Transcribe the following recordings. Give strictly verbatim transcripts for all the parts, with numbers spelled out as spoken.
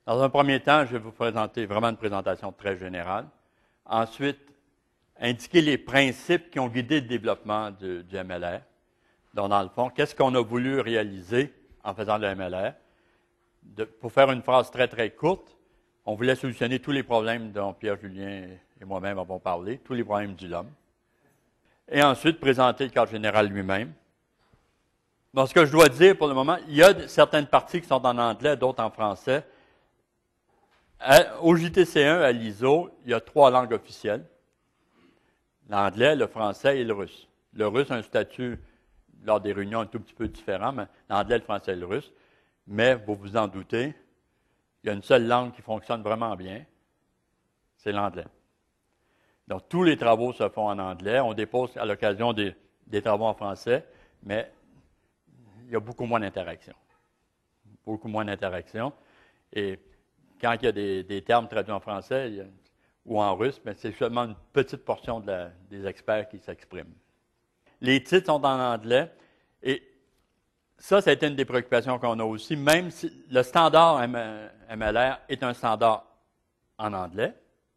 Dans un premier temps, je vais vous présenter vraiment une présentation très générale. Ensuite, indiquer les principes qui ont guidé le développement du, du M L R. Donc, dans le fond, qu'est-ce qu'on a voulu réaliser en faisant le M L R? De, pour faire une phrase très, très courte, on voulait solutionner tous les problèmes dont Pierre Julien et moi-même avons parlé, tous les problèmes du L O M. Et ensuite, présenter le cadre général lui-même. Donc, ce que je dois dire pour le moment, il y a certaines parties qui sont en anglais, d'autres en français. À, au J T C un, à l'I S O, il y a trois langues officielles. L'anglais, le français et le russe. Le russe a un statut, lors des réunions, un tout petit peu différent, mais l'anglais, le français et le russe. Mais, vous vous en doutez, il y a une seule langue qui fonctionne vraiment bien, c'est l'anglais. Donc, tous les travaux se font en anglais. On dépose à l'occasion des, des travaux en français, mais il y a beaucoup moins d'interaction. Beaucoup moins d'interaction. Et quand il y a des, des termes traduits en français il y a, ou en russe, mais c'est seulement une petite portion de la, des experts qui s'expriment. Les titres sont en anglais et ça, ça a été une des préoccupations qu'on a aussi, même si le standard M L R est un standard en anglais.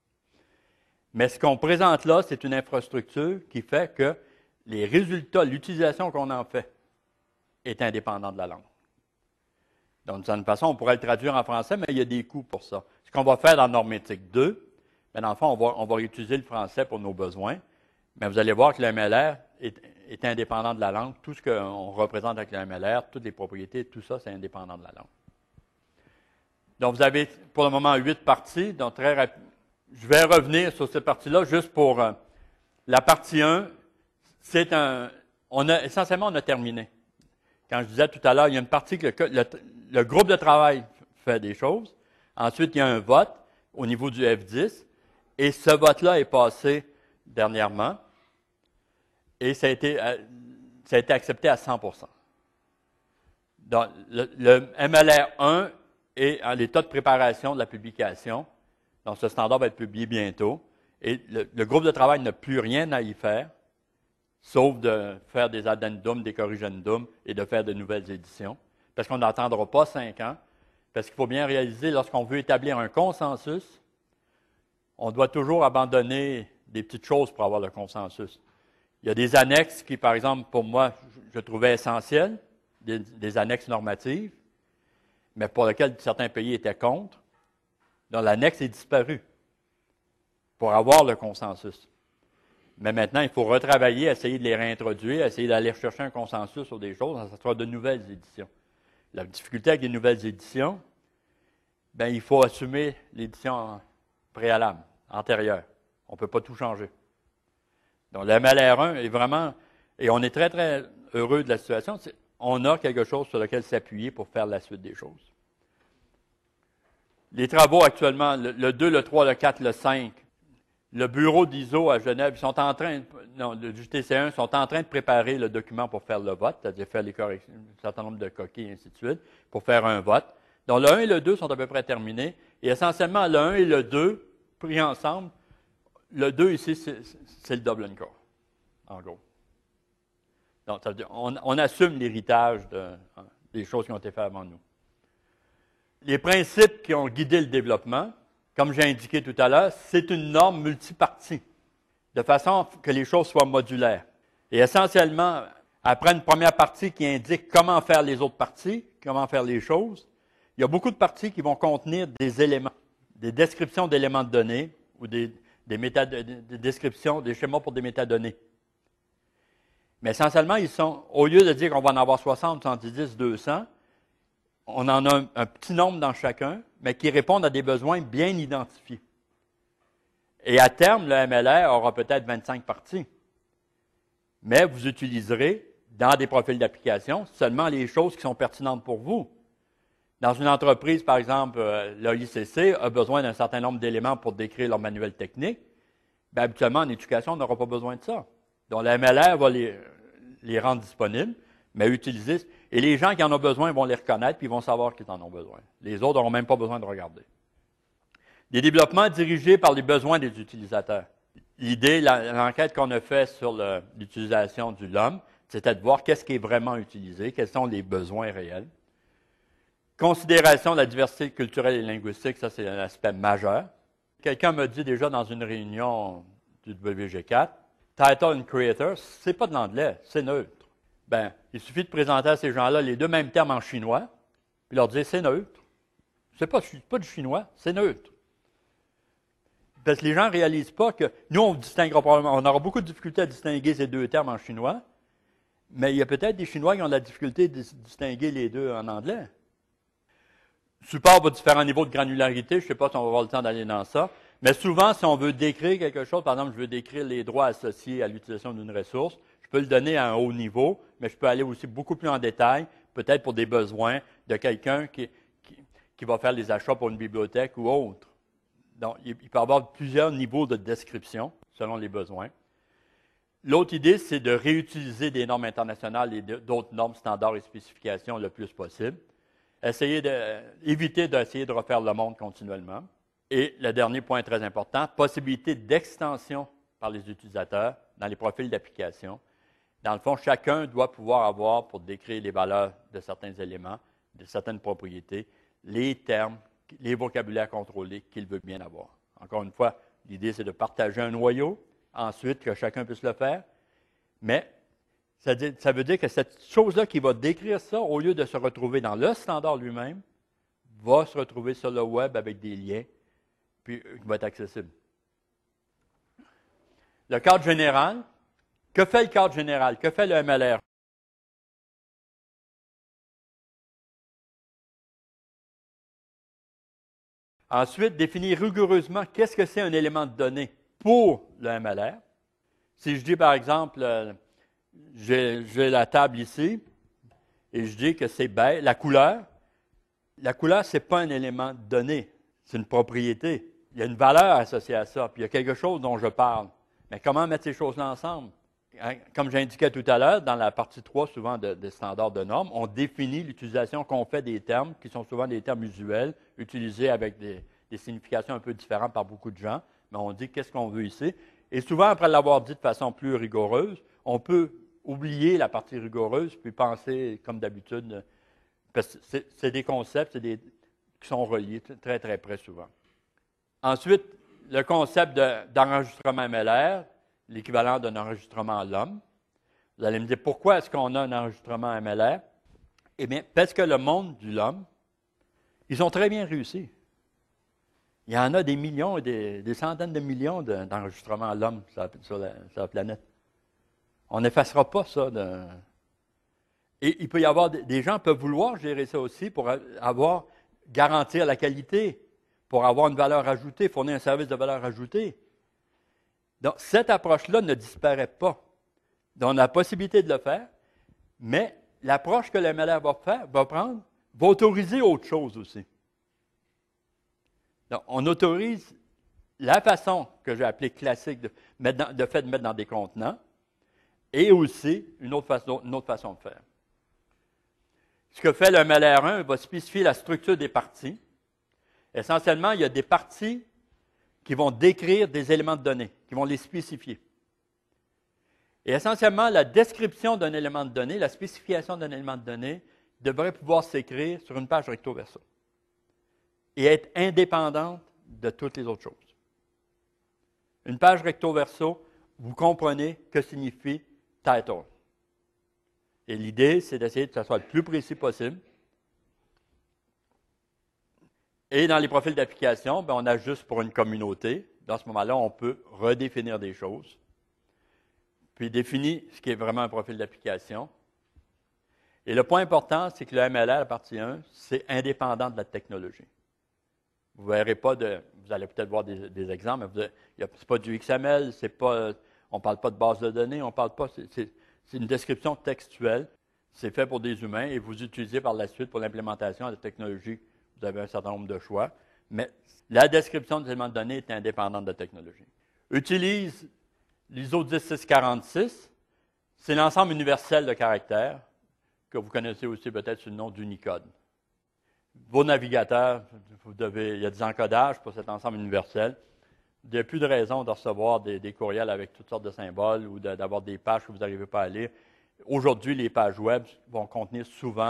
Mais ce qu'on présente là, c'est une infrastructure qui fait que les résultats, l'utilisation qu'on en fait, est indépendant de la langue. Donc, d'une certaine façon, on pourrait le traduire en français, mais il y a des coûts pour ça. Ce qu'on va faire dans Normétique deux, bien, dans le fond, on va, on va utiliser le français pour nos besoins, mais vous allez voir que le M L R est, est indépendant de la langue. Tout ce qu'on représente avec le M L R, toutes les propriétés, tout ça, c'est indépendant de la langue. Donc, vous avez pour le moment huit parties. Donc, très rapide. Je vais revenir sur cette partie-là juste pour euh, la partie un. C'est un. On a, essentiellement, on a terminé. Quand je disais tout à l'heure, il y a une partie que le, le, le groupe de travail fait des choses. Ensuite, il y a un vote au niveau du F dix. Et ce vote-là est passé dernièrement. Et ça a été, ça a été accepté à cent pour cent. Donc, le, le M L R un est en l'état de préparation de la publication. Donc, ce standard va être publié bientôt. Et le, le groupe de travail n'a plus rien à y faire, sauf de faire des addendums, des corrigendums et de faire de nouvelles éditions. Parce qu'on n'attendra pas cinq ans. Parce qu'il faut bien réaliser, lorsqu'on veut établir un consensus, on doit toujours abandonner des petites choses pour avoir le consensus. Il y a des annexes qui, par exemple, pour moi, je trouvais essentielles, des, des annexes normatives, mais pour lesquelles certains pays étaient contre. Donc, l'annexe est disparue pour avoir le consensus. Mais maintenant, il faut retravailler, essayer de les réintroduire, essayer d'aller chercher un consensus sur des choses, ça sera de nouvelles éditions. La difficulté avec les nouvelles éditions, bien, il faut assumer l'édition préalable, antérieure. On ne peut pas tout changer. Donc, le M L R un est vraiment, et on est très, très heureux de la situation, on a quelque chose sur lequel s'appuyer pour faire la suite des choses. Les travaux actuellement, le, le deux, le trois, le quatre, le cinq, le bureau d'I S O à Genève, ils sont en train, non, le J T C un, sont en train de préparer le document pour faire le vote, c'est-à-dire faire les corrections, un certain nombre de coquilles et ainsi de suite, pour faire un vote. Donc, le un et le deux sont à peu près terminés. Et essentiellement, le un et le deux, pris ensemble, le deux ici, c'est le Dublin Core, en gros. Donc, ça veut dire, on, on assume l'héritage de, des choses qui ont été faites avant nous. Les principes qui ont guidé le développement, comme j'ai indiqué tout à l'heure, c'est une norme multipartie, de façon que les choses soient modulaires. Et essentiellement, après une première partie qui indique comment faire les autres parties, comment faire les choses, il y a beaucoup de parties qui vont contenir des éléments, des descriptions d'éléments de données ou des, des, méta, des descriptions, des schémas pour des métadonnées. Mais essentiellement, ils sont, au lieu de dire qu'on va en avoir soixante, soixante-dix, deux cents, on en a un, un petit nombre dans chacun, mais qui répondent à des besoins bien identifiés. Et à terme, le M L R aura peut-être vingt-cinq parties. Mais vous utiliserez, dans des profils d'application, seulement les choses qui sont pertinentes pour vous. Dans une entreprise, par exemple, l'A I C C a besoin d'un certain nombre d'éléments pour décrire leur manuel technique. Bien, habituellement, en éducation, on n'aura pas besoin de ça. Donc, le M L R va les, les rendre disponibles, mais utiliser. Et les gens qui en ont besoin vont les reconnaître, puis ils vont savoir qu'ils en ont besoin. Les autres n'auront même pas besoin de regarder. Des développements dirigés par les besoins des utilisateurs. L'idée, l'enquête qu'on a faite sur l'utilisation du L O M, c'était de voir qu'est-ce qui est vraiment utilisé, quels sont les besoins réels. Considération de la diversité culturelle et linguistique, ça c'est un aspect majeur. Quelqu'un m'a dit déjà dans une réunion du W G quatre, Title and Creator, c'est pas de l'anglais, c'est neutre. Ben, il suffit de présenter à ces gens-là les deux mêmes termes en chinois, puis leur dire c'est neutre. C'est pas, pas du chinois, c'est neutre. Parce que les gens ne réalisent pas que nous, on distinguera probablement, on aura beaucoup de difficultés à distinguer ces deux termes en chinois, mais il y a peut-être des Chinois qui ont de la difficulté de distinguer les deux en anglais. Support à différents niveaux de granularité, je ne sais pas si on va avoir le temps d'aller dans ça, mais souvent, si on veut décrire quelque chose, par exemple, je veux décrire les droits associés à l'utilisation d'une ressource, je peux le donner à un haut niveau, mais je peux aller aussi beaucoup plus en détail, peut-être pour des besoins de quelqu'un qui, qui, qui va faire les achats pour une bibliothèque ou autre. Donc, il peut y avoir plusieurs niveaux de description selon les besoins. L'autre idée, c'est de réutiliser des normes internationales et d'autres normes, standards et spécifications le plus possible. Essayer de, éviter d'essayer de refaire le monde continuellement. Et le dernier point très important, possibilité d'extension par les utilisateurs dans les profils d'application. Dans le fond, chacun doit pouvoir avoir, pour décrire les valeurs de certains éléments, de certaines propriétés, les termes, les vocabulaires contrôlés qu'il veut bien avoir. Encore une fois, l'idée, c'est de partager un noyau, ensuite que chacun puisse le faire, mais ça, dit, ça veut dire que cette chose-là qui va décrire ça, au lieu de se retrouver dans le standard lui-même, va se retrouver sur le web avec des liens, puis qui va être accessible. Le cadre général, que fait le cadre général? Que fait le M L R? Ensuite, définir rigoureusement qu'est-ce que c'est un élément de données pour le M L R. Si je dis, par exemple, euh, j'ai, j'ai la table ici, et je dis que c'est beige, la couleur, la couleur, ce n'est pas un élément de données, c'est une propriété. Il y a une valeur associée à ça, puis il y a quelque chose dont je parle. Mais comment mettre ces choses-là ensemble? Comme j'indiquais tout à l'heure, dans la partie trois, souvent de, des standards de normes, on définit l'utilisation qu'on fait des termes, qui sont souvent des termes usuels, utilisés avec des, des significations un peu différentes par beaucoup de gens, mais on dit qu'est-ce qu'on veut ici. Et souvent, après l'avoir dit de façon plus rigoureuse, on peut oublier la partie rigoureuse, puis penser, comme d'habitude, parce que c'est, c'est des concepts c'est des, qui sont reliés très, très près souvent. Ensuite, le concept de, d'enregistrement M L R, l'équivalent d'un enregistrement à l'homme. Vous allez me dire, pourquoi est-ce qu'on a un enregistrement M L R? Eh bien, parce que le monde du l'homme, ils ont très bien réussi. Il y en a des millions, des, des centaines de millions de, d'enregistrements à l'homme sur, sur, sur la planète. On n'effacera pas ça. De... Et il peut y avoir, des gens peuvent vouloir gérer ça aussi pour avoir, garantir la qualité, pour avoir une valeur ajoutée, fournir un service de valeur ajoutée. Donc, cette approche-là ne disparaît pas. Donc, on a la possibilité de le faire, mais l'approche que le M L R va faire, va prendre, va autoriser autre chose aussi. Donc, on autorise la façon que j'ai appelée classique de, mettre dans, de fait de mettre dans des contenants et aussi une autre façon, une autre façon de faire. Ce que fait le M L R un va spécifier la structure des parties. Essentiellement, il y a des parties qui vont décrire des éléments de données, qui vont les spécifier. Et essentiellement, la description d'un élément de données, la spécification d'un élément de données, devrait pouvoir s'écrire sur une page recto verso et être indépendante de toutes les autres choses. Une page recto verso, vous comprenez que signifie title. Et l'idée, c'est d'essayer que ça soit le plus précis possible. Et dans les profils d'application, ben, on ajuste pour une communauté. Dans ce moment-là, on peut redéfinir des choses. Puis définir ce qui est vraiment un profil d'application. Et le point important, c'est que le M L R, la partie un, c'est indépendant de la technologie. Vous ne verrez pas de. Vous allez peut-être voir des, des exemples, mais ce n'est pas du X M L, c'est pas, on ne parle pas de base de données, on ne parle pas. C'est, c'est, c'est une description textuelle. C'est fait pour des humains et vous utilisez par la suite pour l'implémentation de la technologie. Vous avez un certain nombre de choix, mais la description des éléments de données est indépendante de la technologie. Utilise l'I S O dix mille six cent quarante-six, c'est l'ensemble universel de caractères, que vous connaissez aussi peut-être sous le nom d'Unicode. Vos navigateurs, vous devez, il y a des encodages pour cet ensemble universel. Il n'y a plus de raison de recevoir des, des courriels avec toutes sortes de symboles ou de, d'avoir des pages que vous n'arrivez pas à lire. Aujourd'hui, les pages web vont contenir souvent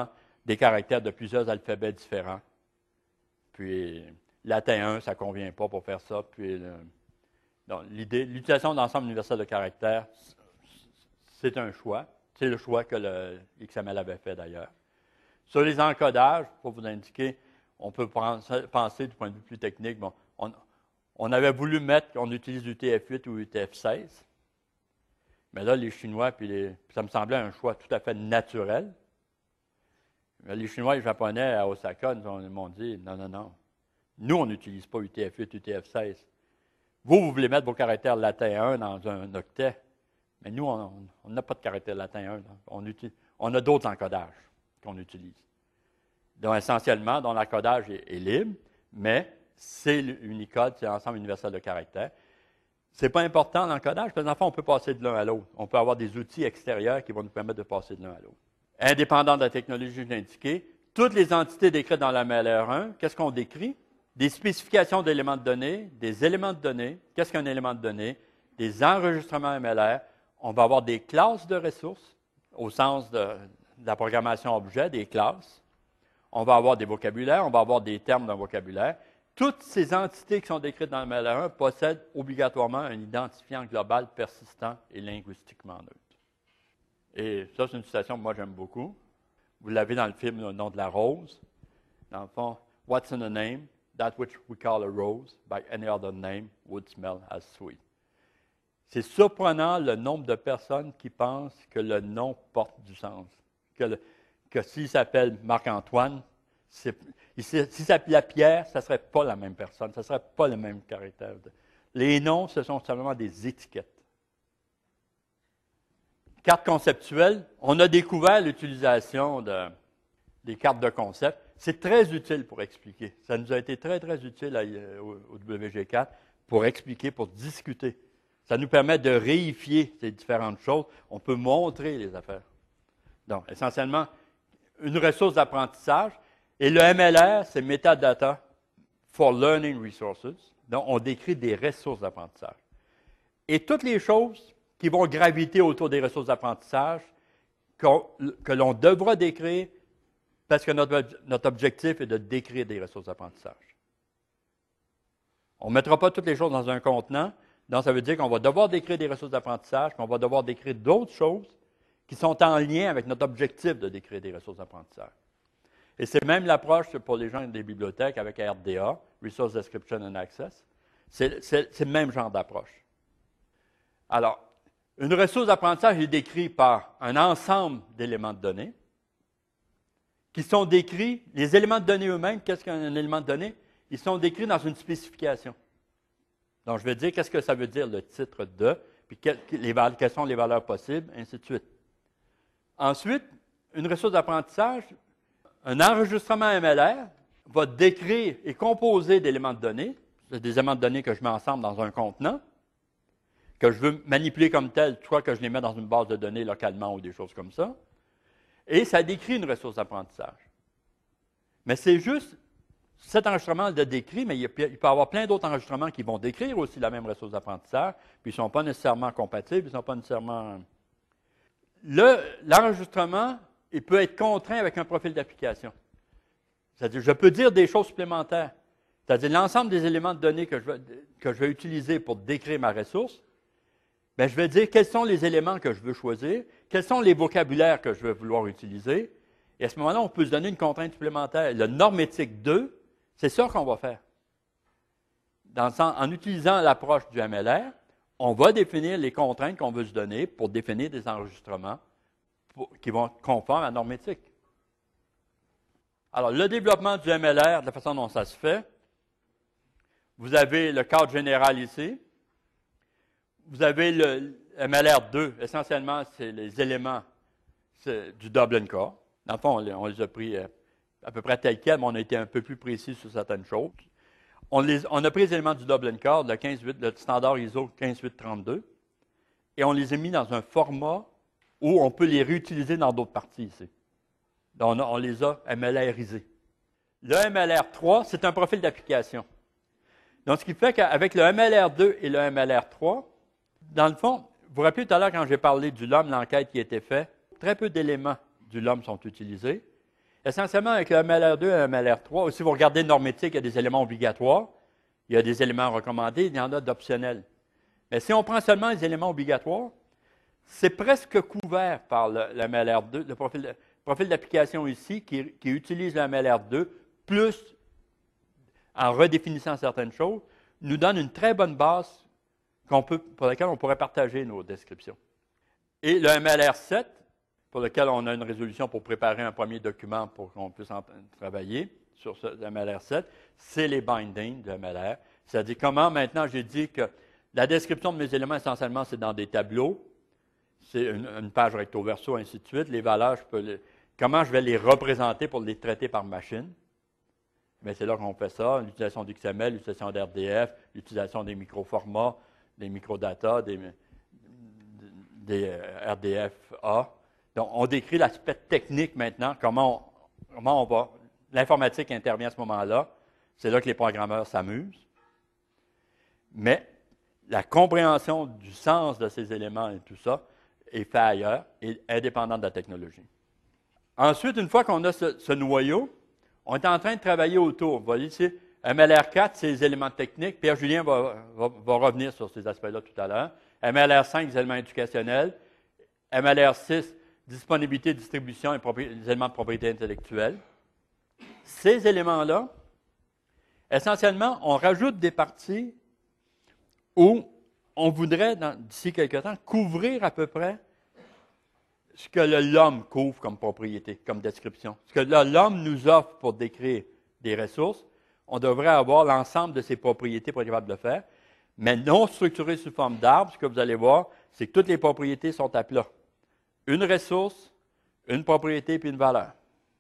des caractères de plusieurs alphabets différents. Puis, latin un, ça ne convient pas pour faire ça. Puis, le, donc, l'idée, l'utilisation d'ensemble universel de caractères, c'est un choix. C'est le choix que le X M L avait fait d'ailleurs. Sur les encodages, pour vous indiquer, on peut penser du point de vue plus technique, bon, on, on avait voulu mettre qu'on utilise U T F huit ou U T F seize, mais là, les Chinois, puis, les, puis ça me semblait un choix tout à fait naturel. Mais les Chinois et les Japonais à Osaka nous m'ont dit, non, non, non, nous, on n'utilise pas U T F huit, U T F seize. Vous, vous voulez mettre vos caractères latins un dans un octet, mais nous, on n'a pas de caractère latin un. On, utilise, on a d'autres encodages qu'on utilise. Donc, essentiellement, dont l'encodage est, est libre, mais c'est l'Unicode, c'est l'ensemble universel de caractères. Ce n'est pas important l'encodage, parce qu'en fait, on peut passer de l'un à l'autre. On peut avoir des outils extérieurs qui vont nous permettre de passer de l'un à l'autre. Indépendant de la technologie que j'ai indiquée, toutes les entités décrites dans la M L R un, qu'est-ce qu'on décrit? Des spécifications d'éléments de données, des éléments de données. Qu'est-ce qu'un élément de données? Des enregistrements M L R. On va avoir des classes de ressources, au sens de, de la programmation objet, des classes. On va avoir des vocabulaires, on va avoir des termes d'un vocabulaire. Toutes ces entités qui sont décrites dans le M L R un possèdent obligatoirement un identifiant global persistant et linguistiquement neutre. Et ça, c'est une citation que moi j'aime beaucoup. Vous l'avez dans le film Le nom de la rose. Dans le fond, what's in a name? That which we call a rose, by any other name, would smell as sweet. C'est surprenant le nombre de personnes qui pensent que le nom porte du sens. Que, le, que s'il s'appelle Marc-Antoine, s'il s'appelait Pierre, ça ne serait pas la même personne, ça ne serait pas le même caractère. Les noms, ce sont simplement des étiquettes. Cartes conceptuelles, on a découvert l'utilisation de, des cartes de concept. C'est très utile pour expliquer. Ça nous a été très, très utile à, au, au W G quatre pour expliquer, pour discuter. Ça nous permet de réifier ces différentes choses. On peut montrer les affaires. Donc, essentiellement, une ressource d'apprentissage. Et le M L R, c'est Metadata for Learning Resources. Donc, on décrit des ressources d'apprentissage. Et toutes les choses qui vont graviter autour des ressources d'apprentissage, que l'on devra décrire, parce que notre, notre objectif est de décrire des ressources d'apprentissage. On ne mettra pas toutes les choses dans un contenant. Donc, ça veut dire qu'on va devoir décrire des ressources d'apprentissage, qu'on va devoir décrire d'autres choses qui sont en lien avec notre objectif de décrire des ressources d'apprentissage. Et c'est même l'approche pour les gens des bibliothèques avec R D A, Resource Description and Access. C'est le même genre d'approche. Alors, une ressource d'apprentissage est décrite par un ensemble d'éléments de données qui sont décrits, les éléments de données eux-mêmes, qu'est-ce qu'un élément de données? Ils sont décrits dans une spécification. Donc, je vais dire qu'est-ce que ça veut dire le titre de, puis quelles, les, quelles sont les valeurs possibles, ainsi de suite. Ensuite, une ressource d'apprentissage, un enregistrement M L R va décrire et composer d'éléments de données, des éléments de données que je mets ensemble dans un contenant, que je veux manipuler comme tel, soit que je les mets dans une base de données localement ou des choses comme ça. Et ça décrit une ressource d'apprentissage. Mais c'est juste cet enregistrement le décrit, mais il peut y avoir plein d'autres enregistrements qui vont décrire aussi la même ressource d'apprentissage, puis ils ne sont pas nécessairement compatibles, ils ne sont pas nécessairement... L'enregistrement, il peut être contraint avec un profil d'application. C'est-à-dire, je peux dire des choses supplémentaires. C'est-à-dire, l'ensemble des éléments de données que je, vais, que je vais utiliser pour décrire ma ressource, bien, je vais dire quels sont les éléments que je veux choisir, quels sont les vocabulaires que je vais vouloir utiliser. Et à ce moment-là, on peut se donner une contrainte supplémentaire. Le normétique deux, c'est ça qu'on va faire. Dans le sens, en utilisant l'approche du M L R, on va définir les contraintes qu'on veut se donner pour définir des enregistrements pour, qui vont être conformes à la normétique. Alors, le développement du M L R, de la façon dont ça se fait, vous avez le cadre général ici. Vous avez le M L R deux, essentiellement, c'est les éléments du Dublin Core. Dans le fond, on, on les a pris à peu près tels quels, mais on a été un peu plus précis sur certaines choses. On, les, on a pris les éléments du Dublin Core, le, quinze huit, le standard I S O quinze huit trente-deux, et on les a mis dans un format où on peut les réutiliser dans d'autres parties ici. Donc, on, a, on les a M L R-isés. Le M L R trois, c'est un profil d'application. Donc, ce qui fait qu'avec le M L R deux et le M L R trois, dans le fond, vous vous rappelez tout à l'heure quand j'ai parlé du L O M, l'enquête qui a été faite, très peu d'éléments du L O M sont utilisés. Essentiellement, avec le M L R deux et le M L R trois, si vous regardez le normétique, il y a des éléments obligatoires, il y a des éléments recommandés, il y en a d'optionnels. Mais si on prend seulement les éléments obligatoires, c'est presque couvert par le, le M L R deux, le profil, le profil d'application ici qui, qui utilise le M L R deux, plus en redéfinissant certaines choses, nous donne une très bonne base qu'on peut, pour laquelle on pourrait partager nos descriptions. Et le M L R sept, pour lequel on a une résolution pour préparer un premier document pour qu'on puisse en travailler sur ce M L R sept, c'est les bindings de M L R. C'est-à-dire comment maintenant j'ai dit que la description de mes éléments, essentiellement, c'est dans des tableaux. C'est une, une page recto verso, ainsi de suite. Les valeurs, je peux les, comment je vais les représenter pour les traiter par machine. Mais c'est là qu'on fait ça. L'utilisation d'X M L, l'utilisation d'R D F, l'utilisation des microformats, des microdata, des, des R D F A. Donc, on décrit l'aspect technique maintenant, comment on, comment on va. L'informatique intervient à ce moment-là. C'est là que les programmeurs s'amusent. Mais la compréhension du sens de ces éléments et tout ça est fait ailleurs et indépendante de la technologie. Ensuite, une fois qu'on a ce, ce noyau, on est en train de travailler autour. Vous voyez ici, M L R quatre, c'est les éléments techniques. Pierre-Julien va, va, va revenir sur ces aspects-là tout à l'heure. M L R cinq, les éléments éducationnels. M L R six, disponibilité, distribution et les éléments de propriété intellectuelle. Ces éléments-là, essentiellement, on rajoute des parties où on voudrait, d'ici quelque temps, couvrir à peu près ce que l'homme couvre comme propriété, comme description. Ce que l'homme nous offre pour décrire des ressources, on devrait avoir l'ensemble de ces propriétés pour être capable de le faire, mais non structurées sous forme d'arbre. Ce que vous allez voir, c'est que toutes les propriétés sont à plat. Une ressource, une propriété puis une valeur.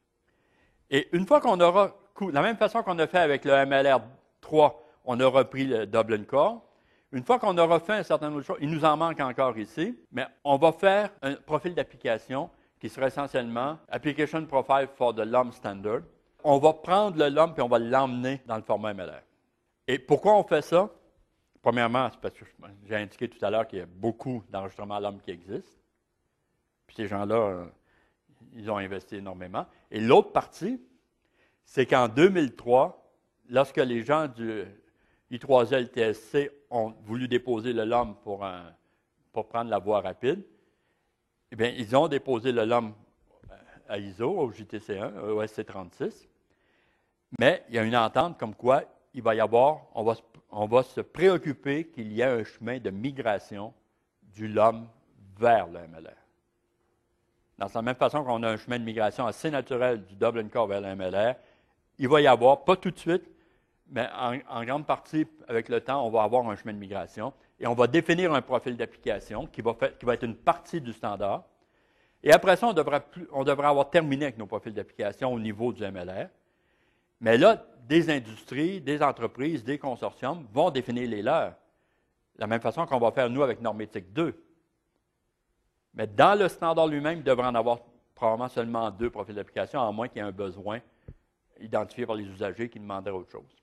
Et une fois qu'on aura, de la même façon qu'on a fait avec le M L R trois, on a repris le Dublin Core. Une fois qu'on aura fait un certain nombre de choses, il nous en manque encore ici, mais on va faire un profil d'application qui sera essentiellement Application Profile for the L U M Standard. On va prendre le L U M et on va l'emmener dans le format M L R. Et pourquoi on fait ça? Premièrement, c'est parce que j'ai indiqué tout à l'heure qu'il y a beaucoup d'enregistrements L U M qui existent. Puis ces gens-là, ils ont investi énormément. Et l'autre partie, c'est qu'en deux mille trois, lorsque les gens du I trois L T S C ont voulu déposer le L U M pour, un, pour prendre la voie rapide, eh bien, ils ont déposé le L U M à I S O, au J T C un, au S C trente-six. Mais il y a une entente comme quoi il va y avoir, on va, on va se préoccuper qu'il y ait un chemin de migration du L U M vers le M L R. Dans la même façon qu'on a un chemin de migration assez naturel du Dublin Core vers le M L R, il va y avoir, pas tout de suite, mais en, en grande partie, avec le temps, on va avoir un chemin de migration et on va définir un profil d'application qui va, qui va être une partie du standard. Et après ça, on devrait, plus, on devrait avoir terminé avec nos profils d'application au niveau du M L R. Mais là, des industries, des entreprises, des consortiums vont définir les leurs. De la même façon qu'on va faire, nous, avec Normétique deux. Mais dans le standard lui-même, il devrait en avoir probablement seulement deux profils d'application, à moins qu'il y ait un besoin identifié par les usagers qui demanderaient autre chose.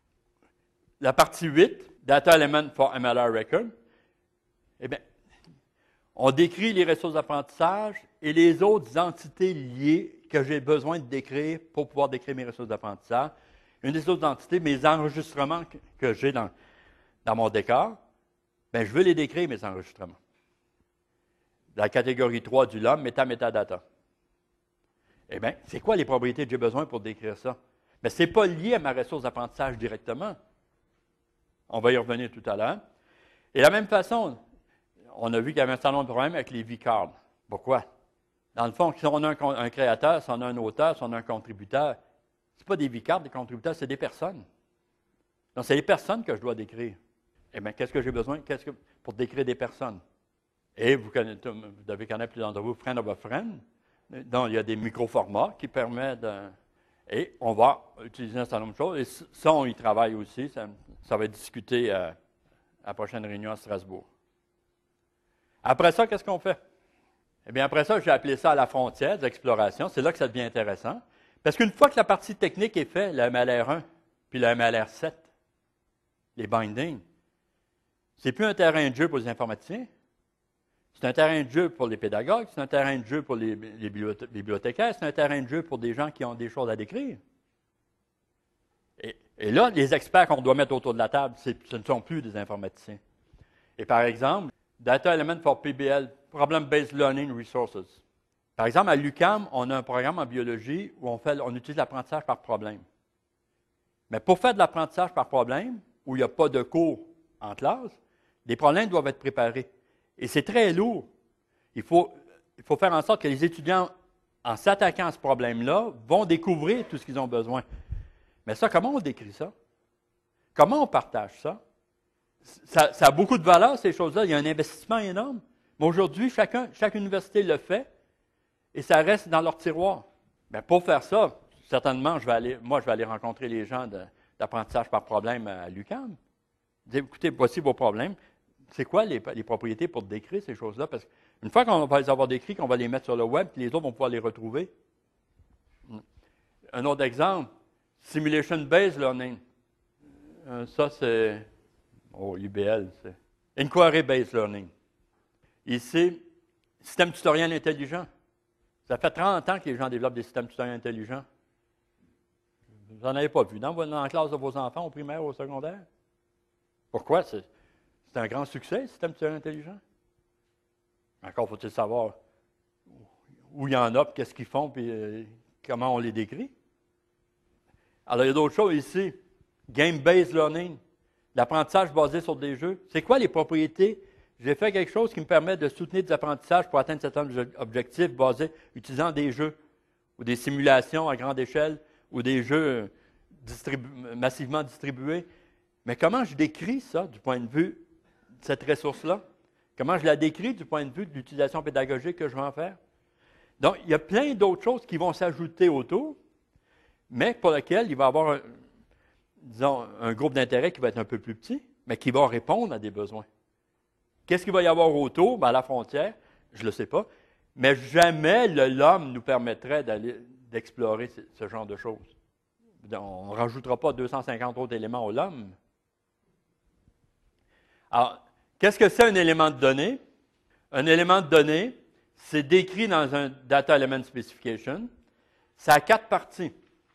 La partie huit, Data Element for M L R Record, eh bien, on décrit les ressources d'apprentissage et les autres entités liées que j'ai besoin de décrire pour pouvoir décrire mes ressources d'apprentissage. Une des autres entités, mes enregistrements que, que j'ai dans, dans mon décor, bien, je veux les décrire, mes enregistrements. La catégorie trois du L U M, méta-métadata. Eh bien, c'est quoi les propriétés que j'ai besoin pour décrire ça? Mais ce n'est pas lié à ma ressource d'apprentissage directement. On va y revenir tout à l'heure. Et de la même façon, on a vu qu'il y avait un certain nombre de problèmes avec les V-cards. Pourquoi? Dans le fond, si on a un, un créateur, si on a un auteur, si on a un contributeur, ce n'est pas des V-cards, des contributeurs, c'est des personnes. Donc, c'est les personnes que je dois décrire. Eh bien, qu'est-ce que j'ai besoin qu'est-ce que, pour décrire des personnes? Et vous, connaissez, vous devez connaître plus d'entre vous, Friend of a Friend. Donc, il y a des micro-formats qui permettent de... Et on va utiliser un certain nombre de choses. Et ça, on y travaille aussi. Ça, ça va être discuté à, à la prochaine réunion à Strasbourg. Après ça, qu'est-ce qu'on fait? Eh bien, après ça, j'ai appelé ça à la frontière de l'exploration. C'est là que ça devient intéressant. Parce qu'une fois que la partie technique est faite, le M L R un puis le M L R sept, les bindings, c'est plus un terrain de jeu pour les informaticiens. C'est un terrain de jeu pour les pédagogues, c'est un terrain de jeu pour les, les bibliothécaires, c'est un terrain de jeu pour des gens qui ont des choses à décrire. Et, et là, les experts qu'on doit mettre autour de la table, ce ne sont plus des informaticiens. Et par exemple, Data Element for P B L, Problem Based Learning Resources. Par exemple, à l'U Q A M, on a un programme en biologie où on, fait, on utilise l'apprentissage par problème. Mais pour faire de l'apprentissage par problème, où il n'y a pas de cours en classe, les problèmes doivent être préparés. Et c'est très lourd. Il faut, il faut faire en sorte que les étudiants, en s'attaquant à ce problème-là, vont découvrir tout ce qu'ils ont besoin. Mais ça, comment on décrit ça? Comment on partage ça? Ça, ça a beaucoup de valeur, ces choses-là. Il y a un investissement énorme. Mais aujourd'hui, chacun, chaque université le fait et ça reste dans leur tiroir. Mais pour faire ça, certainement, je vais aller, moi, je vais aller rencontrer les gens de, d'apprentissage par problème à l'U Q A M. Dire, écoutez, voici vos problèmes. C'est quoi les, les propriétés pour décrire ces choses-là? Parce qu'une fois qu'on va les avoir décrits, qu'on va les mettre sur le web, puis les autres vont pouvoir les retrouver. Un autre exemple, Simulation-Based Learning. Euh, ça, c'est... Oh, I B L, c'est... Inquiry-Based Learning. Ici, système tutoriel intelligent. Ça fait trente ans que les gens développent des systèmes tutoriels intelligents. Vous n'en avez pas vu dans, dans la classe de vos enfants, au primaire ou au secondaire? Pourquoi? C'est, c'est un grand succès, le système tutoriel intelligent. Encore faut-il savoir où il y en a, puis qu'est-ce qu'ils font, puis euh, comment on les décrit. Alors, il y a d'autres choses ici. Game-based learning, l'apprentissage basé sur des jeux. C'est quoi les propriétés? J'ai fait quelque chose qui me permet de soutenir des apprentissages pour atteindre certains objectifs basés utilisant des jeux ou des simulations à grande échelle ou des jeux distribu- massivement distribués. Mais comment je décris ça du point de vue de cette ressource-là? Comment je la décris du point de vue de l'utilisation pédagogique que je vais en faire? Donc, il y a plein d'autres choses qui vont s'ajouter autour, mais pour lesquelles il va y avoir, un, disons, un groupe d'intérêt qui va être un peu plus petit, mais qui va répondre à des besoins. Qu'est-ce qu'il va y avoir autour? Bien, à la frontière, je ne le sais pas, mais jamais le, l'homme nous permettrait d'aller, d'explorer ce, ce genre de choses. On ne rajoutera pas deux cent cinquante autres éléments au l'homme. Alors, qu'est-ce que c'est un élément de données? Un élément de données, c'est décrit dans un Data Element Specification. Ça a quatre parties.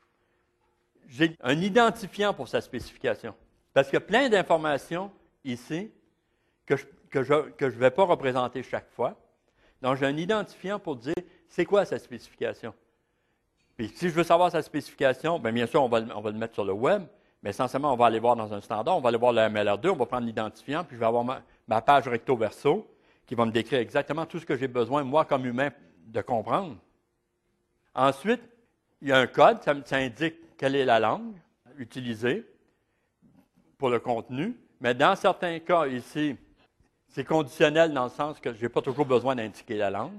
J'ai un identifiant pour sa spécification. Parce qu'il y a plein d'informations ici que je que je ne vais pas représenter chaque fois. Donc, j'ai un identifiant pour dire c'est quoi sa spécification. Puis, si je veux savoir sa spécification, bien, bien sûr, on va, on va le mettre sur le web, mais essentiellement, on va aller voir dans un standard, on va aller voir le M L R deux, on va prendre l'identifiant, puis je vais avoir ma, ma page recto-verso qui va me décrire exactement tout ce que j'ai besoin, moi, comme humain, de comprendre. Ensuite, il y a un code, ça, ça indique quelle est la langue utilisée pour le contenu, mais dans certains cas, ici, c'est conditionnel dans le sens que je n'ai pas toujours besoin d'indiquer la langue.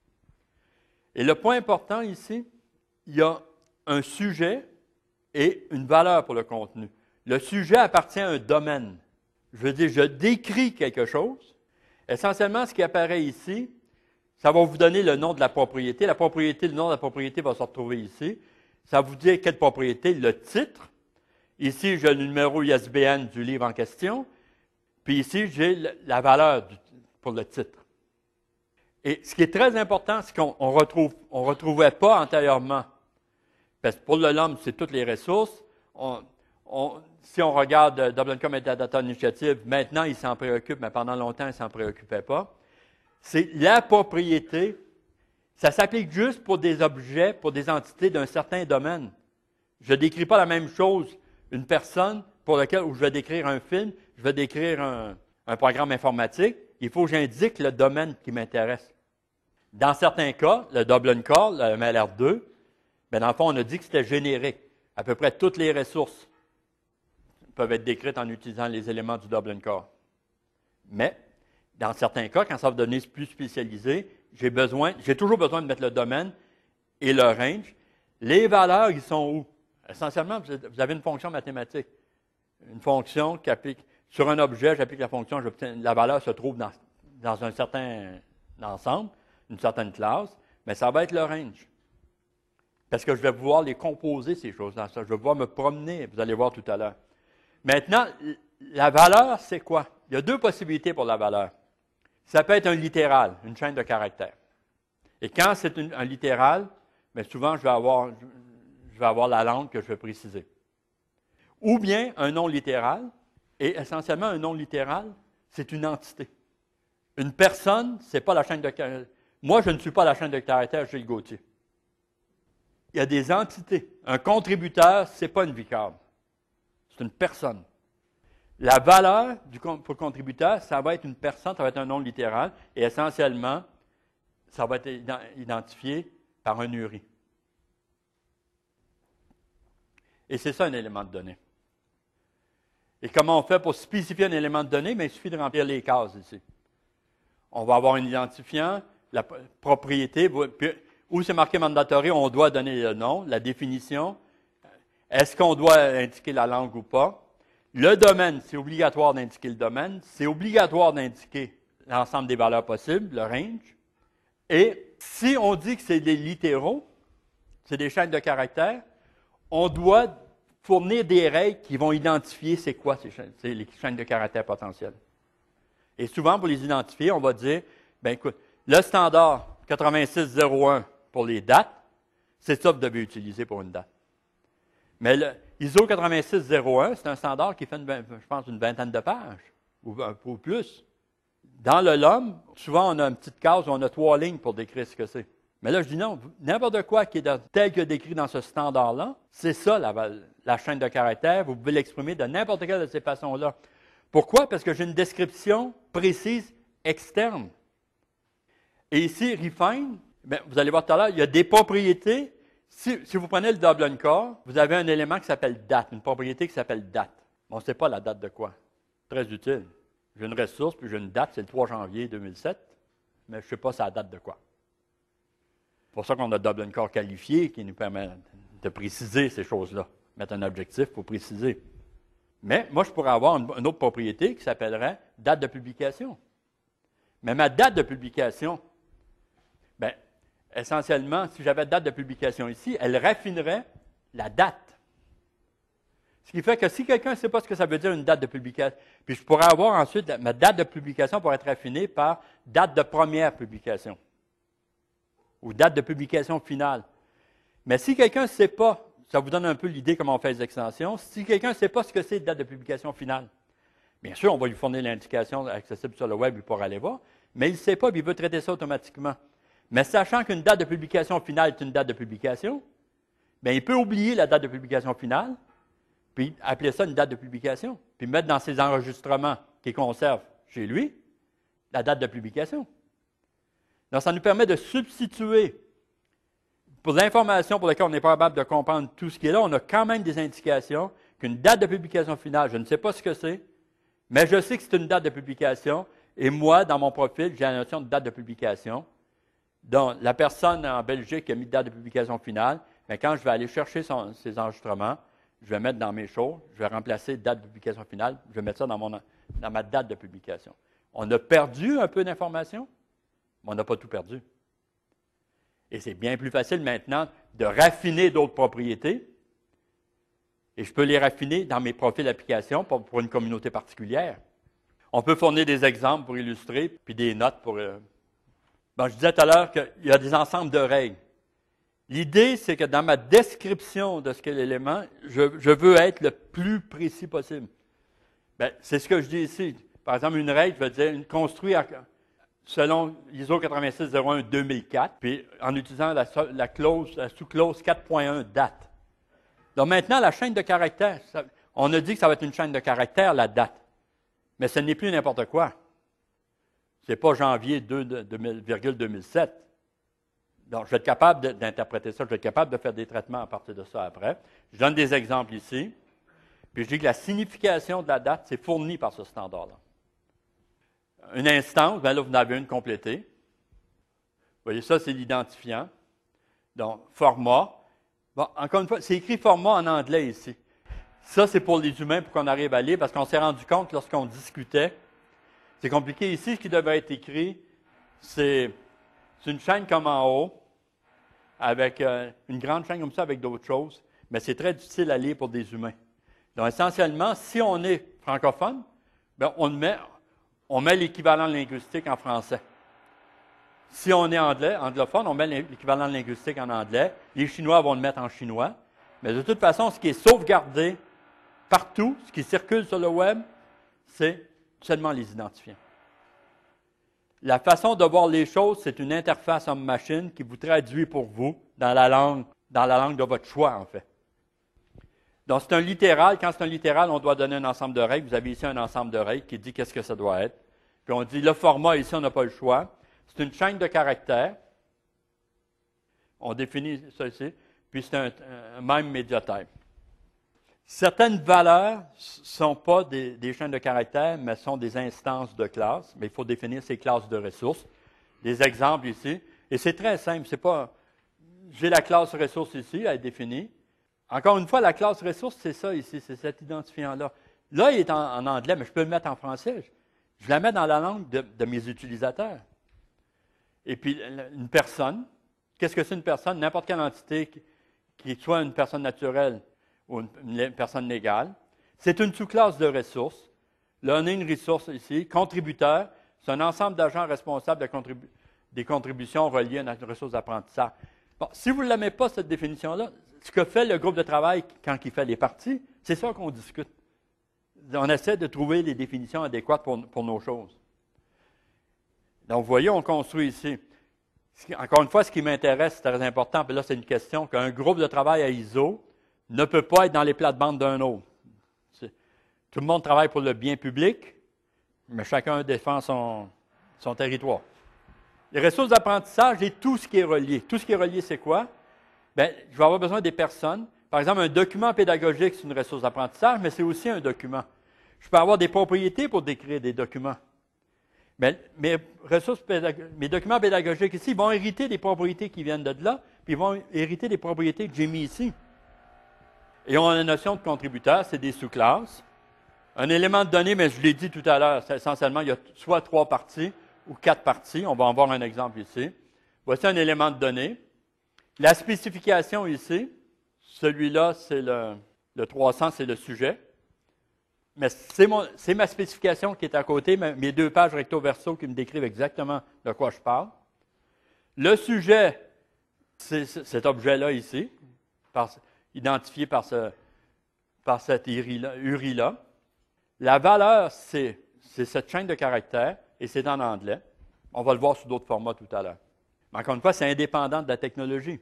Et le point important ici, il y a un sujet et une valeur pour le contenu. Le sujet appartient à un domaine. Je veux dire, je décris quelque chose. Essentiellement, ce qui apparaît ici, ça va vous donner le nom de la propriété. La propriété, le nom de la propriété va se retrouver ici. Ça vous dit quelle propriété, le titre. Ici, j'ai le numéro I S B N du livre en question. Puis ici, j'ai la valeur du, pour le titre. Et ce qui est très important, c'est qu'on ne retrouve, on retrouvait pas antérieurement. Parce que pour le L O M, c'est toutes les ressources. On, on, si on regarde Dublin Com Metadata Initiative, maintenant, ils s'en préoccupent, mais pendant longtemps, ils ne s'en préoccupaient pas. C'est la propriété. Ça s'applique juste pour des objets, pour des entités d'un certain domaine. Je ne décris pas la même chose une personne pour laquelle où je vais décrire un film, je vais décrire un, un programme informatique, il faut que j'indique le domaine qui m'intéresse. Dans certains cas, le Dublin Core, le M L R deux, bien, dans le fond, on a dit que c'était générique. À peu près toutes les ressources peuvent être décrites en utilisant les éléments du Dublin Core. Mais, dans certains cas, quand ça va devenir plus spécialisé, j'ai besoin, j'ai toujours besoin de mettre le domaine et le range. Les valeurs, ils sont où? Essentiellement, vous avez une fonction mathématique. Une fonction qui applique sur un objet, j'applique la fonction, la valeur se trouve dans, dans un certain ensemble, une certaine classe, mais ça va être le range. Parce que je vais pouvoir les composer, ces choses-là. Je vais pouvoir me promener, vous allez voir tout à l'heure. Maintenant, la valeur, c'est quoi? Il y a deux possibilités pour la valeur. Ça peut être un littéral, une chaîne de caractères. Et quand c'est une, un littéral, bien souvent, je vais, avoir, je vais avoir la langue que je vais préciser. Ou bien un non littéral, et essentiellement, un non littéral, c'est une entité. Une personne, ce n'est pas la chaîne de caractères. Moi, je ne suis pas la chaîne de caractères Gilles Gauthier. Il y a des entités. Un contributeur, ce n'est pas une vicare. C'est une personne. La valeur du, pour le contributeur, ça va être une personne, ça va être un nom littéral, et essentiellement, ça va être identifié par un U R I. Et c'est ça un élément de données. Et comment on fait pour spécifier un élément de données? Bien, il suffit de remplir les cases ici. On va avoir un identifiant, la propriété, puis, où c'est marqué mandatory, on doit donner le nom, la définition. Est-ce qu'on doit indiquer la langue ou pas? Le domaine, c'est obligatoire d'indiquer le domaine. C'est obligatoire d'indiquer l'ensemble des valeurs possibles, le range. Et si on dit que c'est des littéraux, c'est des chaînes de caractères, on doit fournir des règles qui vont identifier c'est quoi ces chaînes, c'est les chaînes de caractères potentielles. Et souvent, pour les identifier, on va dire, bien écoute, le standard quatre-vingt-six zéro un pour les dates, c'est ça que vous devez utiliser pour une date. Mais le I S O quatre-vingt-six zéro un, c'est un standard qui fait, une, je pense, une vingtaine de pages, ou, ou plus. Dans le L O M, souvent, on a une petite case où on a trois lignes pour décrire ce que c'est. Mais là, je dis non, n'importe quoi qui est dans, tel que décrit dans ce standard-là, c'est ça la, la chaîne de caractères. Vous pouvez l'exprimer de n'importe quelle de ces façons-là. Pourquoi? Parce que j'ai une description précise externe. Et ici, refine, bien, vous allez voir tout à l'heure, il y a des propriétés. Si, si vous prenez le double encore, vous avez un élément qui s'appelle date, une propriété qui s'appelle date. On ne sait pas la date de quoi. Très utile. J'ai une ressource, puis j'ai une date, c'est le trois janvier deux mille sept, mais je ne sais pas c'est la date de quoi. C'est pour ça qu'on a double encore qualifié qui nous permet de préciser ces choses-là. Mettre un objectif pour préciser. Mais moi, je pourrais avoir une, une autre propriété qui s'appellerait date de publication. Mais ma date de publication, bien, essentiellement, si j'avais date de publication ici, elle raffinerait la date. Ce qui fait que si quelqu'un ne sait pas ce que ça veut dire une date de publication, puis je pourrais avoir ensuite ma date de publication pour être raffinée par date de première publication ou date de publication finale. Mais si quelqu'un ne sait pas, ça vous donne un peu l'idée comment on fait les extensions, si quelqu'un ne sait pas ce que c'est date de publication finale, bien sûr, on va lui fournir l'indication accessible sur le web, il pourra aller voir, mais il ne sait pas, puis il veut traiter ça automatiquement. Mais sachant qu'une date de publication finale est une date de publication, bien, il peut oublier la date de publication finale, puis appeler ça une date de publication, puis mettre dans ses enregistrements qu'il conserve chez lui la date de publication. Donc, ça nous permet de substituer, pour l'information pour laquelle on n'est pas capable de comprendre tout ce qui est là, on a quand même des indications qu'une date de publication finale, je ne sais pas ce que c'est, mais je sais que c'est une date de publication, et moi, dans mon profil, j'ai la notion de date de publication. Donc, la personne en Belgique qui a mis date de publication finale, mais quand je vais aller chercher son, ses enregistrements, je vais mettre dans mes choses, je vais remplacer date de publication finale, je vais mettre ça dans, mon, dans ma date de publication. On a perdu un peu d'informations, mais on n'a pas tout perdu. Et c'est bien plus facile maintenant de raffiner d'autres propriétés, et je peux les raffiner dans mes profils d'application pour, pour une communauté particulière. On peut fournir des exemples pour illustrer, puis des notes pour... Euh... Bon, je disais tout à l'heure qu'il y a des ensembles de règles. L'idée, c'est que dans ma description de ce qu'est l'élément, je, je veux être le plus précis possible. Bien, c'est ce que je dis ici. Par exemple, une règle, je vais dire, une construit à, selon I S O quatre-vingt-six zéro un deux mille quatre, puis en utilisant la, la, clause, la sous-clause quatre point un date. Donc maintenant, la chaîne de caractères, ça, on a dit que ça va être une chaîne de caractères, la date. Mais ce n'est plus n'importe quoi. Ce n'est pas janvier deux virgule deux mille sept. Donc, je vais être capable d'interpréter ça, je vais être capable de faire des traitements à partir de ça après. Je donne des exemples ici. Puis je dis que la signification de la date, c'est fourni par ce standard-là. Une instance, bien là, vous en avez une complétée. Vous voyez, ça, c'est l'identifiant. Donc, format. Bon, encore une fois, c'est écrit format en anglais ici. Ça, c'est pour les humains pour qu'on arrive à lire, parce qu'on s'est rendu compte lorsqu'on discutait. C'est compliqué ici, ce qui devait être écrit, c'est une chaîne comme en haut, avec euh, une grande chaîne comme ça avec d'autres choses, mais c'est très difficile à lire pour des humains. Donc, essentiellement, si on est francophone, bien, on le met, on met l'équivalent linguistique en français. Si on est anglais, anglophone, on met l'équivalent linguistique en anglais. Les Chinois vont le mettre en chinois. Mais de toute façon, ce qui est sauvegardé partout, ce qui circule sur le web, c'est seulement les identifiants. La façon de voir les choses, c'est une interface homme-machine qui vous traduit pour vous dans la langue, dans la langue de votre choix, en fait. Donc, c'est un littéral. Quand c'est un littéral, on doit donner un ensemble de règles. Vous avez ici un ensemble de règles qui dit qu'est-ce que ça doit être. Puis on dit le format, ici, on n'a pas le choix. C'est une chaîne de caractères. On définit ça ici. Puis c'est un, un même médiatype. Certaines valeurs ne sont pas des, des chaînes de caractères, mais sont des instances de classe. Mais il faut définir ces classes de ressources. Des exemples ici. Et c'est très simple. C'est pas. J'ai la classe ressource ici, elle est définie. Encore une fois, la classe ressource, c'est ça ici, c'est cet identifiant-là. Là, il est en, en anglais, mais je peux le mettre en français. Je, je la mets dans la langue de, de mes utilisateurs. Et puis, une personne, qu'est-ce que c'est une personne? N'importe quelle entité qui, qui soit une personne naturelle ou une, une personne légale. C'est une sous-classe de ressources. Là, on a une ressource ici. Contributeur, c'est un ensemble d'agents responsables de contribu- des contributions reliées à notre ressource d'apprentissage. Bon, si vous ne l'aimez pas, cette définition-là, ce que fait le groupe de travail quand il fait les parties, c'est ça qu'on discute. On essaie de trouver les définitions adéquates pour, pour nos choses. Donc, vous voyez, on construit ici. Encore une fois, ce qui m'intéresse, c'est très important, puis là, c'est une question qu'un groupe de travail à I S O ne peut pas être dans les plates-bandes d'un autre. C'est, tout le monde travaille pour le bien public, mais chacun défend son, son territoire. Les ressources d'apprentissage et tout ce qui est relié. Tout ce qui est relié, c'est quoi? Bien, je vais avoir besoin des personnes. Par exemple, un document pédagogique, c'est une ressource d'apprentissage, mais c'est aussi un document. Je peux avoir des propriétés pour décrire des documents. Mais mes, ressources pédag- mes documents pédagogiques ici vont hériter des propriétés qui viennent de là, puis ils vont hériter des propriétés que j'ai mis ici. Et on a la notion de contributeur, c'est des sous-classes. Un élément de données, mais je l'ai dit tout à l'heure, c'est essentiellement, il y a soit trois parties ou quatre parties. On va en voir un exemple ici. Voici un élément de données. La spécification ici, celui-là, c'est le, le trois cents, c'est le sujet. Mais c'est, mon, c'est ma spécification qui est à côté, mes deux pages recto-verso qui me décrivent exactement de quoi je parle. Le sujet, c'est cet objet-là ici, par, identifié par, ce, par cette U R I-là. La valeur, c'est, c'est cette chaîne de caractères, et c'est en anglais. On va le voir sous d'autres formats tout à l'heure. Mais encore une fois, c'est indépendant de la technologie.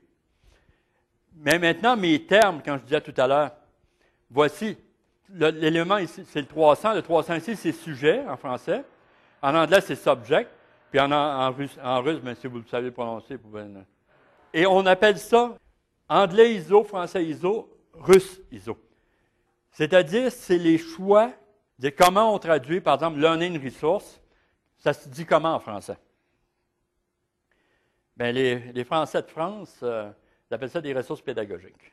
Mais maintenant, mes termes, quand je disais tout à l'heure, voici, le, l'élément ici, c'est le trois cents. Le trois cents ici, c'est sujet en français. En anglais, c'est subject. Puis en, en, russe, en russe, bien, si vous le savez prononcer, vous pouvez... Et on appelle ça anglais I S O, français I S O, russe I S O. C'est-à-dire, c'est les choix de comment on traduit, par exemple, learning resource. Ça se dit comment en français? Bien, les, les Français de France... Euh, Ils appellent ça des ressources pédagogiques.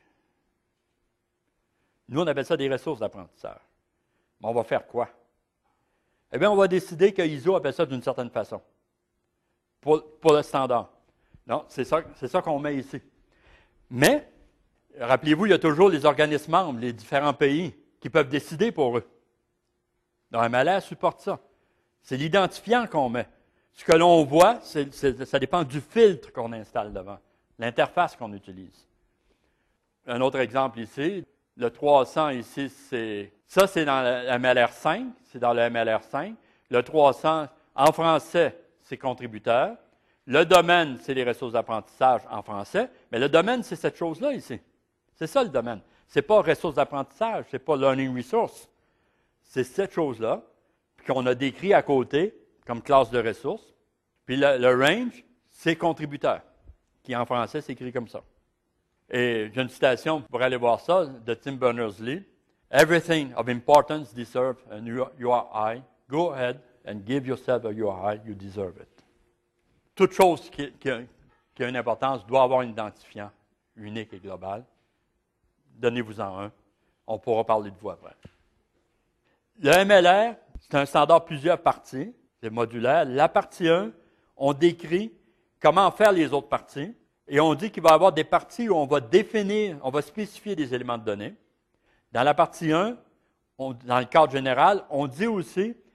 Nous, on appelle ça des ressources d'apprentissage. Mais on va faire quoi? Eh bien, on va décider que I S O appelle ça d'une certaine façon. Pour, pour le standard. Non, c'est ça, c'est ça qu'on met ici. Mais, rappelez-vous, il y a toujours les organismes membres, les différents pays, qui peuvent décider pour eux. Donc, M L R supporte ça. C'est l'identifiant qu'on met. Ce que l'on voit, c'est, c'est, ça dépend du filtre qu'on installe devant. L'interface qu'on utilise. Un autre exemple ici, le trois cents ici, c'est ça c'est dans le M L R cinq, c'est dans le M L R cinq. Le trois cents, en français, c'est contributeur. Le domaine, c'est les ressources d'apprentissage en français, mais le domaine, c'est cette chose-là ici. C'est ça le domaine. Ce n'est pas ressources d'apprentissage, ce n'est pas learning resource. C'est cette chose-là, puis qu'on a décrit à côté comme classe de ressources. Puis le, le range, c'est contributeur, qui en français s'écrit comme ça. Et j'ai une citation pour aller voir ça de Tim Berners-Lee. Everything of importance deserves an U R I. Go ahead and give yourself a U R I. You deserve it. Toute chose qui, qui, a, qui a une importance doit avoir un identifiant unique et global. Donnez-vous-en un. On pourra parler de vous après. Le M L R, c'est un standard plusieurs parties. C'est modulaire. La partie un, on décrit comment faire les autres parties. Et on dit qu'il va y avoir des parties où on va définir, on va spécifier des éléments de données. Dans la partie un, on, dans le cadre général, on dit aussi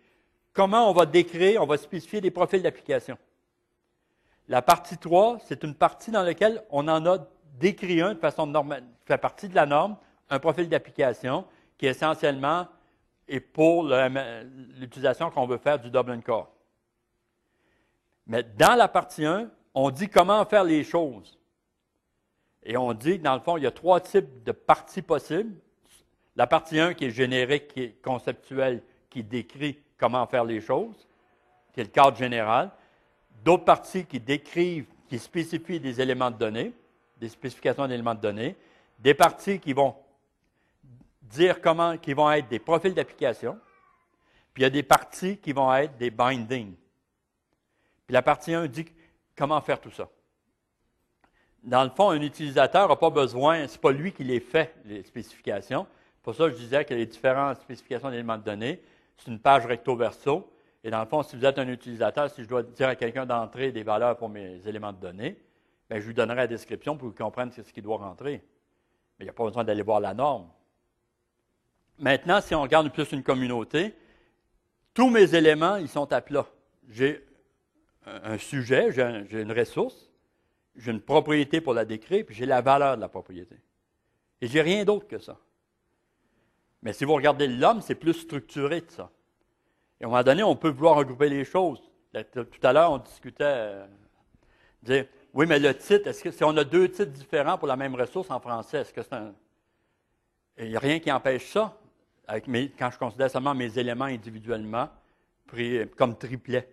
comment on va décrire, on va spécifier des profils d'application. La partie trois, c'est une partie dans laquelle on en a décrit un de façon normale, qui fait partie de la norme, un profil d'application qui essentiellement est pour l'utilisation qu'on veut faire du Dublin Core. Mais dans la partie un, on dit comment faire les choses. Et on dit que dans le fond, il y a trois types de parties possibles. La partie un qui est générique, qui est conceptuelle, qui décrit comment faire les choses, qui est le cadre général. D'autres parties qui décrivent, qui spécifient des éléments de données, des spécifications d'éléments de données. Des parties qui vont dire comment, qui vont être des profils d'application. Puis il y a des parties qui vont être des bindings. Puis la partie un dit comment faire tout ça. Dans le fond, un utilisateur n'a pas besoin, ce n'est pas lui qui les fait, les spécifications. Pour ça, je disais que les différentes spécifications d'éléments de données, c'est une page recto-verso. Et dans le fond, si vous êtes un utilisateur, si je dois dire à quelqu'un d'entrer des valeurs pour mes éléments de données, bien, je lui donnerai la description pour qu'il comprenne ce qu'il doit rentrer. Mais il n'y a pas besoin d'aller voir la norme. Maintenant, si on regarde plus une communauté, tous mes éléments, ils sont à plat. J'ai un sujet, j'ai, un, j'ai une ressource, j'ai une propriété pour la décrire, puis j'ai la valeur de la propriété. Et je n'ai rien d'autre que ça. Mais si vous regardez l'homme, c'est plus structuré de ça. Et à un moment donné, on peut vouloir regrouper les choses. Tout à l'heure, on discutait, euh, dire, oui, mais le titre, est-ce que si on a deux titres différents pour la même ressource en français, est-ce que c'est un... Il n'y a rien qui empêche ça, avec mes, quand je considère seulement mes éléments individuellement, pris comme triplet.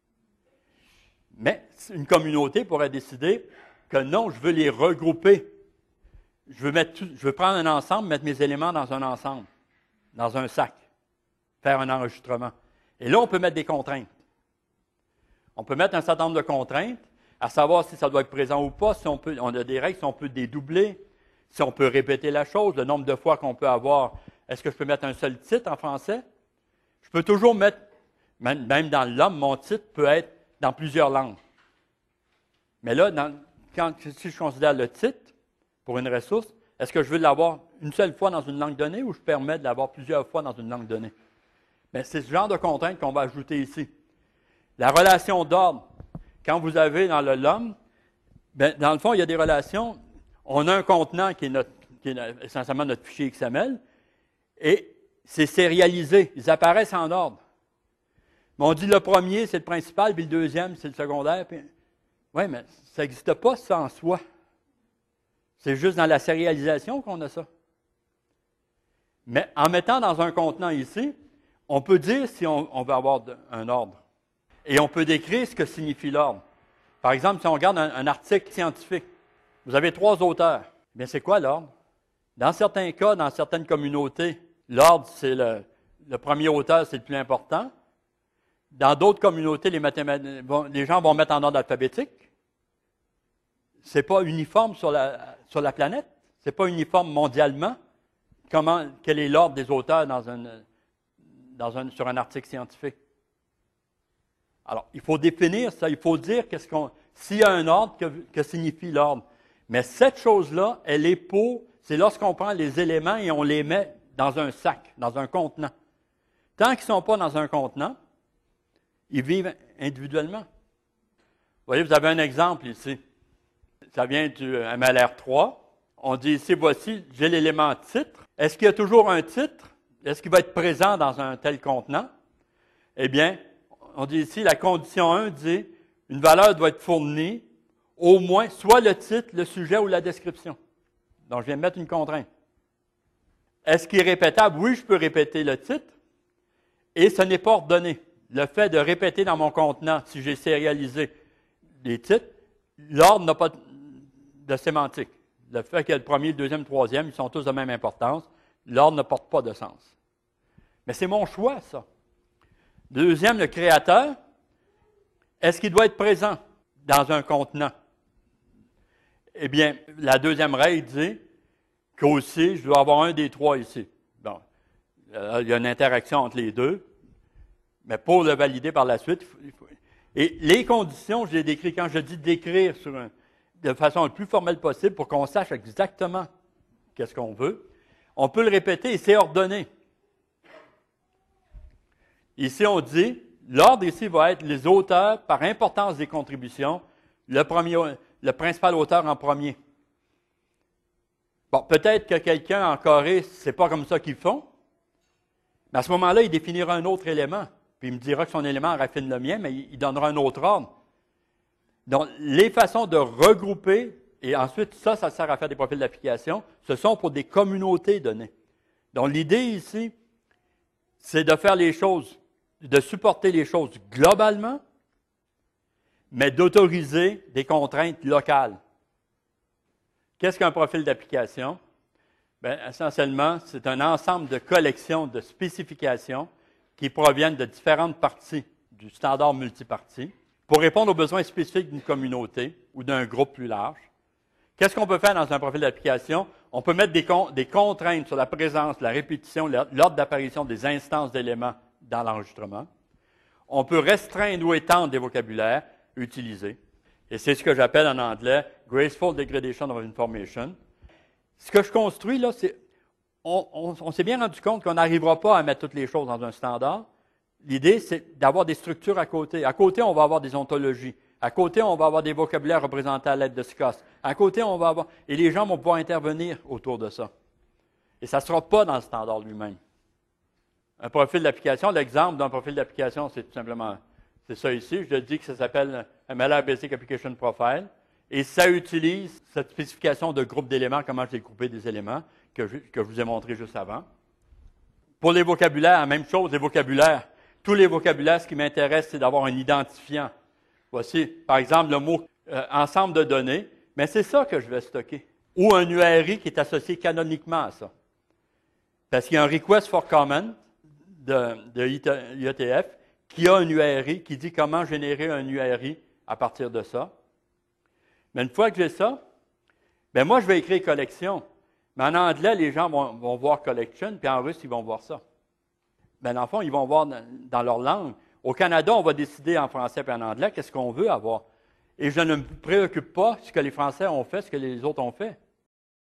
Mais une communauté pourrait décider que non, je veux les regrouper. Je veux, mettre tout, je veux prendre un ensemble, mettre mes éléments dans un ensemble, dans un sac, faire un enregistrement. Et là, on peut mettre des contraintes. On peut mettre un certain nombre de contraintes, à savoir si ça doit être présent ou pas, si on peut, on a des règles, si on peut dédoubler, si on peut répéter la chose, le nombre de fois qu'on peut avoir. Est-ce que je peux mettre un seul titre en français? Je peux toujours mettre, même, même dans l'homme, mon titre peut être dans plusieurs langues. Mais là, dans, quand, si je considère le titre pour une ressource, est-ce que je veux l'avoir une seule fois dans une langue donnée ou je permets de l'avoir plusieurs fois dans une langue donnée? Bien, c'est ce genre de contrainte qu'on va ajouter ici. La relation d'ordre, quand vous avez dans le l'homme, bien, dans le fond, il y a des relations. On a un contenant qui est, notre, qui est essentiellement notre fichier X M L, et c'est sérialisé. Ils apparaissent en ordre. Mais on dit le premier, c'est le principal, puis le deuxième, c'est le secondaire. Puis... Oui, mais ça n'existe pas, ça, en soi. C'est juste dans la sérialisation qu'on a ça. Mais en mettant dans un contenant ici, on peut dire si on, on veut avoir de, un ordre. Et on peut décrire ce que signifie l'ordre. Par exemple, si on regarde un, un article scientifique, vous avez trois auteurs. Bien, c'est quoi l'ordre? Dans certains cas, dans certaines communautés, l'ordre, c'est le, le premier auteur, c'est le plus important. Dans d'autres communautés, les, les gens vont mettre en ordre alphabétique. Ce n'est pas uniforme sur la, sur la planète. Ce n'est pas uniforme mondialement. Comment, quel est l'ordre des auteurs dans un, dans un, sur un article scientifique? Alors, il faut définir ça. Il faut dire qu'est-ce qu'on, s'il y a un ordre, que, que signifie l'ordre. Mais cette chose-là, elle est pour, c'est lorsqu'on prend les éléments et on les met dans un sac, dans un contenant. Tant qu'ils ne sont pas dans un contenant, ils vivent individuellement. Vous voyez, vous avez un exemple ici. Ça vient du M L R trois. On dit ici, voici, j'ai l'élément titre. Est-ce qu'il y a toujours un titre? Est-ce qu'il va être présent dans un tel contenant? Eh bien, on dit ici, la condition un dit, une valeur doit être fournie, au moins, soit le titre, le sujet ou la description. Donc, je viens de mettre une contrainte. Est-ce qu'il est répétable? Oui, je peux répéter le titre. Et ce n'est pas ordonné. Le fait de répéter dans mon contenant, si j'ai sérialisé des titres, l'ordre n'a pas de sémantique. Le fait qu'il y ait le premier, le deuxième, le troisième, ils sont tous de même importance, l'ordre ne porte pas de sens. Mais c'est mon choix, ça. Deuxième, le créateur, est-ce qu'il doit être présent dans un contenant? Eh bien, la deuxième règle dit qu'aussi, je dois avoir un des trois ici. Bon, il y a une interaction entre les deux. Mais pour le valider par la suite, il faut, et les conditions, je les décris quand je dis décrire sur un, de façon la plus formelle possible pour qu'on sache exactement qu'est-ce qu'on veut. On peut le répéter et c'est ordonné. Ici, on dit, l'ordre ici va être les auteurs par importance des contributions, le, premier, le principal auteur en premier. Bon, peut-être que quelqu'un en Corée, c'est pas comme ça qu'ils font, mais à ce moment-là, il définira un autre élément, puis il me dira que son élément raffine le mien, mais il donnera un autre ordre. Donc, les façons de regrouper, et ensuite, ça, ça sert à faire des profils d'application, ce sont pour des communautés données. Donc, l'idée ici, c'est de faire les choses, de supporter les choses globalement, mais d'autoriser des contraintes locales. Qu'est-ce qu'un profil d'application? Bien, essentiellement, c'est un ensemble de collections de spécifications qui proviennent de différentes parties du standard multipartie pour répondre aux besoins spécifiques d'une communauté ou d'un groupe plus large. Qu'est-ce qu'on peut faire dans un profil d'application? On peut mettre des, con- des contraintes sur la présence, la répétition, l'ordre d'apparition des instances d'éléments dans l'enregistrement. On peut restreindre ou étendre des vocabulaires utilisés. Et c'est ce que j'appelle en anglais « graceful degradation of information ». Ce que je construis, là, c'est, on, on, on s'est bien rendu compte qu'on n'arrivera pas à mettre toutes les choses dans un standard. L'idée, c'est d'avoir des structures à côté. À côté, on va avoir des ontologies. À côté, on va avoir des vocabulaires représentés à l'aide de S C O S. À côté, on va avoir... Et les gens vont pouvoir intervenir autour de ça. Et ça ne sera pas dans le standard lui-même. Un profil d'application, l'exemple d'un profil d'application, c'est tout simplement... C'est ça ici. Je dis que ça s'appelle M L R Basic Application Profile. Et ça utilise cette spécification de groupe d'éléments, comment j'ai groupé des éléments, que je, que je vous ai montré juste avant. Pour les vocabulaires, la même chose, les vocabulaires. Tous les vocabulaires, ce qui m'intéresse, c'est d'avoir un identifiant. Voici, par exemple, le mot euh, ensemble de données, mais c'est ça que je vais stocker. Ou un U R I qui est associé canoniquement à ça. Parce qu'il y a un request for comment de, de I E T F qui a un U R I, qui dit comment générer un U R I à partir de ça. Mais une fois que j'ai ça, bien moi, je vais écrire collection. Mais en anglais, les gens vont, vont voir collection, puis en russe, ils vont voir ça. Bien, dans le fond, ils vont voir dans, dans leur langue. Au Canada, on va décider en français et en anglais qu'est-ce qu'on veut avoir. Et je ne me préoccupe pas ce que les Français ont fait, ce que les autres ont fait.